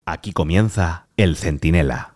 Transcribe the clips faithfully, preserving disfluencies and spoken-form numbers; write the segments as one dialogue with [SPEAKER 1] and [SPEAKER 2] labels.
[SPEAKER 1] Aquí comienza El Centinela.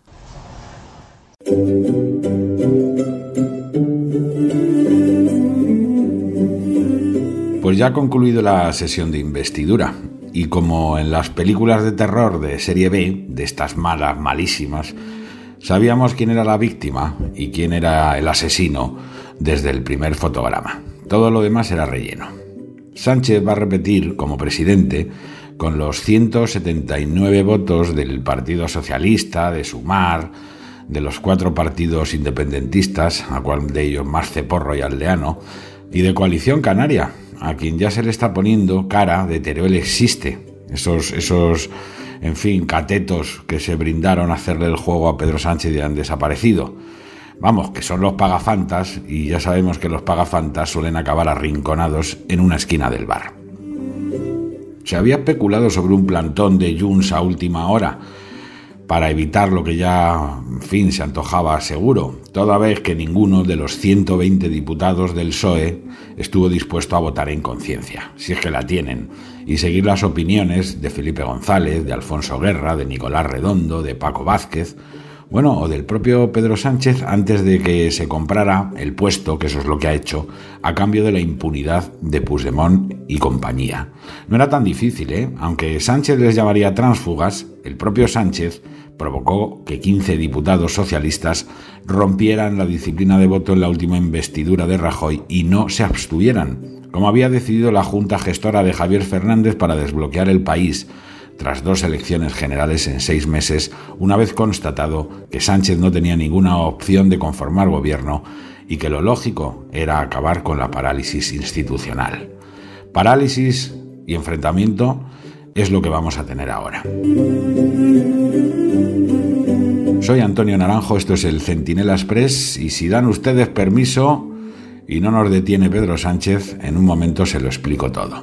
[SPEAKER 2] Pues ya ha concluido la sesión de investidura y como en las películas de terror de serie B, de estas malas, malísimas, sabíamos quién era la víctima y quién era el asesino desde el primer fotograma. Todo lo demás era relleno. Sánchez va a repetir como presidente con los ciento setenta y nueve votos del Partido Socialista, de Sumar, de los cuatro partidos independentistas, a cual de ellos más Ceporro y Aldeano, y de Coalición Canaria, a quien ya se le está poniendo cara de Teruel existe. Esos, esos, en fin, catetos que se brindaron a hacerle el juego a Pedro Sánchez y han desaparecido. Vamos, que son los pagafantas, y ya sabemos que los pagafantas suelen acabar arrinconados en una esquina del bar. Se había especulado sobre un plantón de Junts a última hora para evitar lo que ya, en fin, se antojaba seguro, toda vez que ninguno de los ciento veinte diputados del P S O E estuvo dispuesto a votar en conciencia, si es que la tienen, y seguir las opiniones de Felipe González, de Alfonso Guerra, de Nicolás Redondo, de Paco Vázquez, bueno, o del propio Pedro Sánchez antes de que se comprara el puesto, que eso es lo que ha hecho, a cambio de la impunidad de Puigdemont y compañía. No era tan difícil, ¿eh? Aunque Sánchez les llamaría tránsfugas, el propio Sánchez provocó que quince diputados socialistas rompieran la disciplina de voto en la última investidura de Rajoy y no se abstuvieran, como había decidido la Junta Gestora de Javier Fernández para desbloquear el país, tras dos elecciones generales en seis meses, una vez constatado que Sánchez no tenía ninguna opción de conformar gobierno y que lo lógico era acabar con la parálisis institucional. Parálisis y enfrentamiento es lo que vamos a tener ahora. Soy Antonio Naranjo, esto es el Centinela Express, y si dan ustedes permiso y no nos detiene Pedro Sánchez, en un momento se lo explico todo.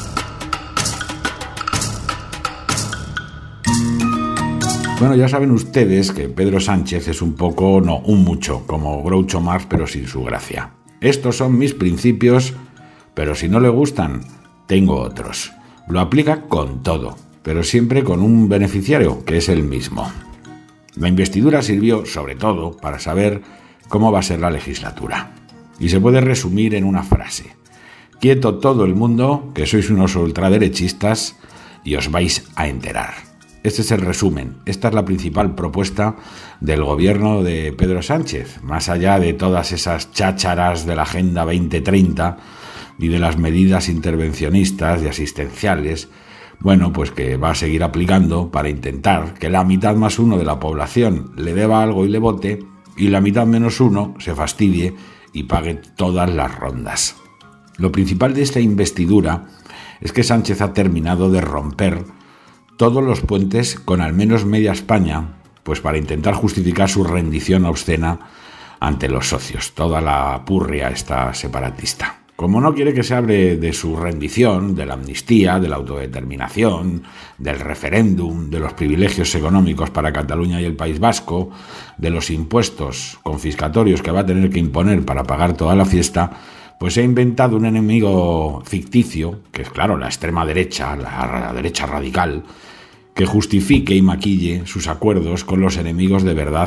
[SPEAKER 2] Bueno, ya saben ustedes que Pedro Sánchez es un poco, no, un mucho, como Groucho Marx, pero sin su gracia. Estos son mis principios, pero si no le gustan, tengo otros. Lo aplica con todo, pero siempre con un beneficiario, que es el mismo. La investidura sirvió, sobre todo, para saber cómo va a ser la legislatura. Y se puede resumir en una frase. Quieto todo el mundo, que sois unos ultraderechistas, y os vais a enterar. Este es el resumen. Esta es la principal propuesta del gobierno de Pedro Sánchez, más allá de todas esas chácharas de la Agenda veinte treinta y de las medidas intervencionistas y asistenciales, bueno, pues que va a seguir aplicando para intentar que la mitad más uno de la población le deba algo y le vote, y la mitad menos uno se fastidie y pague todas las rondas. Lo principal de esta investidura es que Sánchez ha terminado de romper todos los puentes con al menos media España, pues para intentar justificar su rendición obscena ante los socios, toda la purria esta separatista. Como no quiere que se hable de su rendición, de la amnistía, de la autodeterminación, del referéndum, de los privilegios económicos para Cataluña y el País Vasco, de los impuestos confiscatorios que va a tener que imponer para pagar toda la fiesta, pues se ha inventado un enemigo ficticio, que es claro, la extrema derecha, la derecha radical, que justifique y maquille sus acuerdos con los enemigos de verdad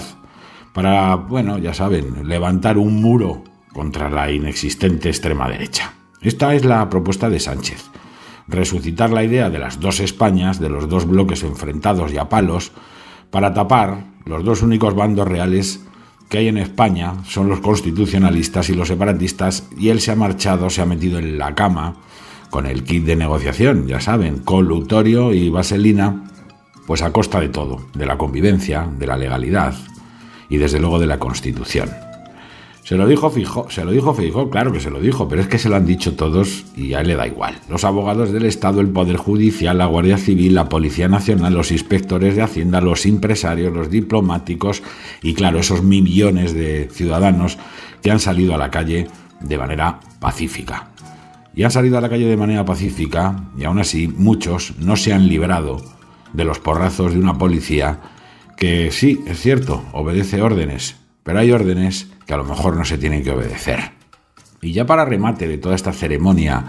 [SPEAKER 2] para, bueno, ya saben, levantar un muro contra la inexistente extrema derecha. Esta es la propuesta de Sánchez. Resucitar la idea de las dos Españas, de los dos bloques enfrentados y a palos, para tapar los dos únicos bandos reales que hay en España, son los constitucionalistas y los separatistas, y él se ha marchado, se ha metido en la cama con el kit de negociación, ya saben, colutorio y vaselina, pues a costa de todo, de la convivencia, de la legalidad y desde luego de la Constitución. Se lo dijo Feijóo, se lo dijo Feijóo, claro que se lo dijo, pero es que se lo han dicho todos y a él le da igual. Los abogados del Estado, el Poder Judicial, la Guardia Civil, la Policía Nacional, los inspectores de Hacienda, los empresarios, los diplomáticos y claro, esos millones de ciudadanos que han salido a la calle de manera pacífica. Y han salido a la calle de manera pacífica y aún así muchos no se han librado de los porrazos de una policía que sí, es cierto, obedece órdenes, pero hay órdenes que a lo mejor no se tienen que obedecer. Y ya para remate de toda esta ceremonia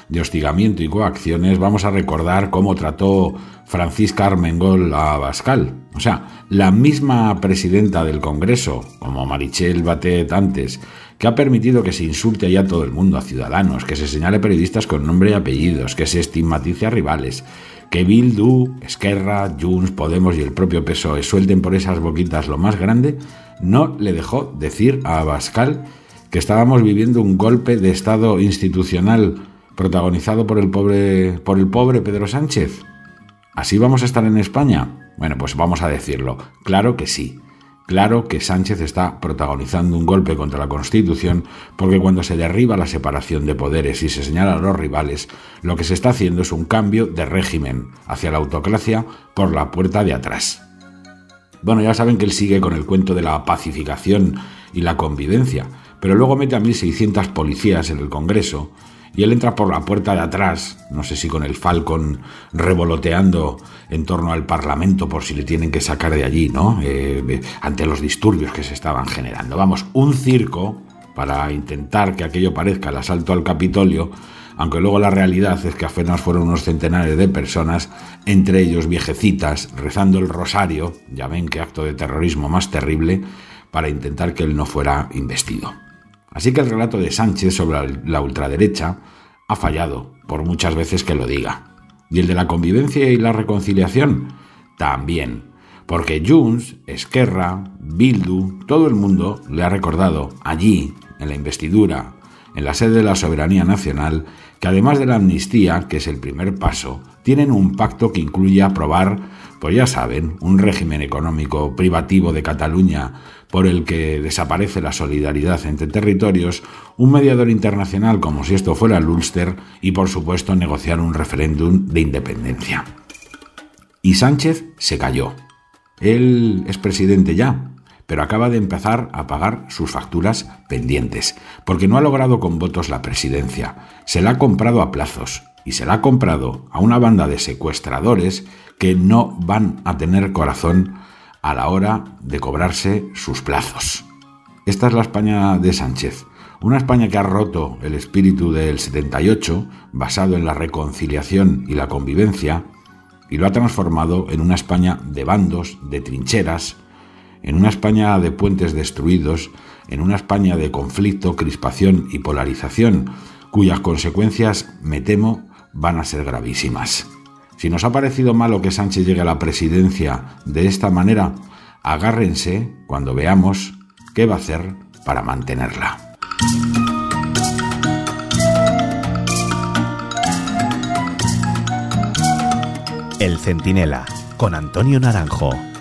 [SPEAKER 2] de hostigamiento y coacciones, vamos a recordar cómo trató Francisca Armengol a Abascal. O sea, la misma presidenta del Congreso, como Meritxell Batet antes, que ha permitido que se insulte ya a todo el mundo, a Ciudadanos, que se señale periodistas con nombre y apellidos, que se estigmatice a rivales, que Bildu, Esquerra, Junts, Podemos y el propio P S O E suelten por esas boquitas lo más grande, no le dejó decir a Abascal que estábamos viviendo un golpe de Estado institucional protagonizado por el pobre, por el pobre Pedro Sánchez. ¿Así vamos a estar en España? Bueno, pues vamos a decirlo. Claro que sí. Claro que Sánchez está protagonizando un golpe contra la Constitución, porque cuando se derriba la separación de poderes y se señala a los rivales, lo que se está haciendo es un cambio de régimen hacia la autocracia por la puerta de atrás. Bueno, ya saben que él sigue con el cuento de la pacificación y la convivencia, pero luego mete a mil seiscientos policías en el Congreso y él entra por la puerta de atrás, no sé si con el Falcon revoloteando en torno al Parlamento por si le tienen que sacar de allí, ¿no? Eh, ante los disturbios que se estaban generando. Vamos, un circo para intentar que aquello parezca el asalto al Capitolio, aunque luego la realidad es que apenas fueron unos centenares de personas, entre ellos viejecitas, rezando el rosario, ya ven qué acto de terrorismo más terrible, para intentar que él no fuera investido. Así que el relato de Sánchez sobre la ultraderecha ha fallado, por muchas veces que lo diga. Y el de la convivencia y la reconciliación, también. Porque Junts, Esquerra, Bildu, todo el mundo le ha recordado allí, en la investidura, en la sede de la soberanía nacional, que además de la amnistía, que es el primer paso, tienen un pacto que incluye aprobar, pues ya saben, un régimen económico privativo de Cataluña por el que desaparece la solidaridad entre territorios, un mediador internacional como si esto fuera el Ulster y, por supuesto, negociar un referéndum de independencia. Y Sánchez se cayó. Él es presidente ya, pero acaba de empezar a pagar sus facturas pendientes, porque no ha logrado con votos la presidencia. Se la ha comprado a plazos y se la ha comprado a una banda de secuestradores que no van a tener corazón a la hora de cobrarse sus plazos. Esta es la España de Sánchez, una España que ha roto el espíritu del setenta y ocho, basado en la reconciliación y la convivencia, y lo ha transformado en una España de bandos, de trincheras, en una España de puentes destruidos, en una España de conflicto, crispación y polarización, cuyas consecuencias, me temo, van a ser gravísimas. Si nos ha parecido malo que Sánchez llegue a la presidencia de esta manera, agárrense cuando veamos qué va a hacer para mantenerla.
[SPEAKER 1] El Centinela, con Antonio Naranjo.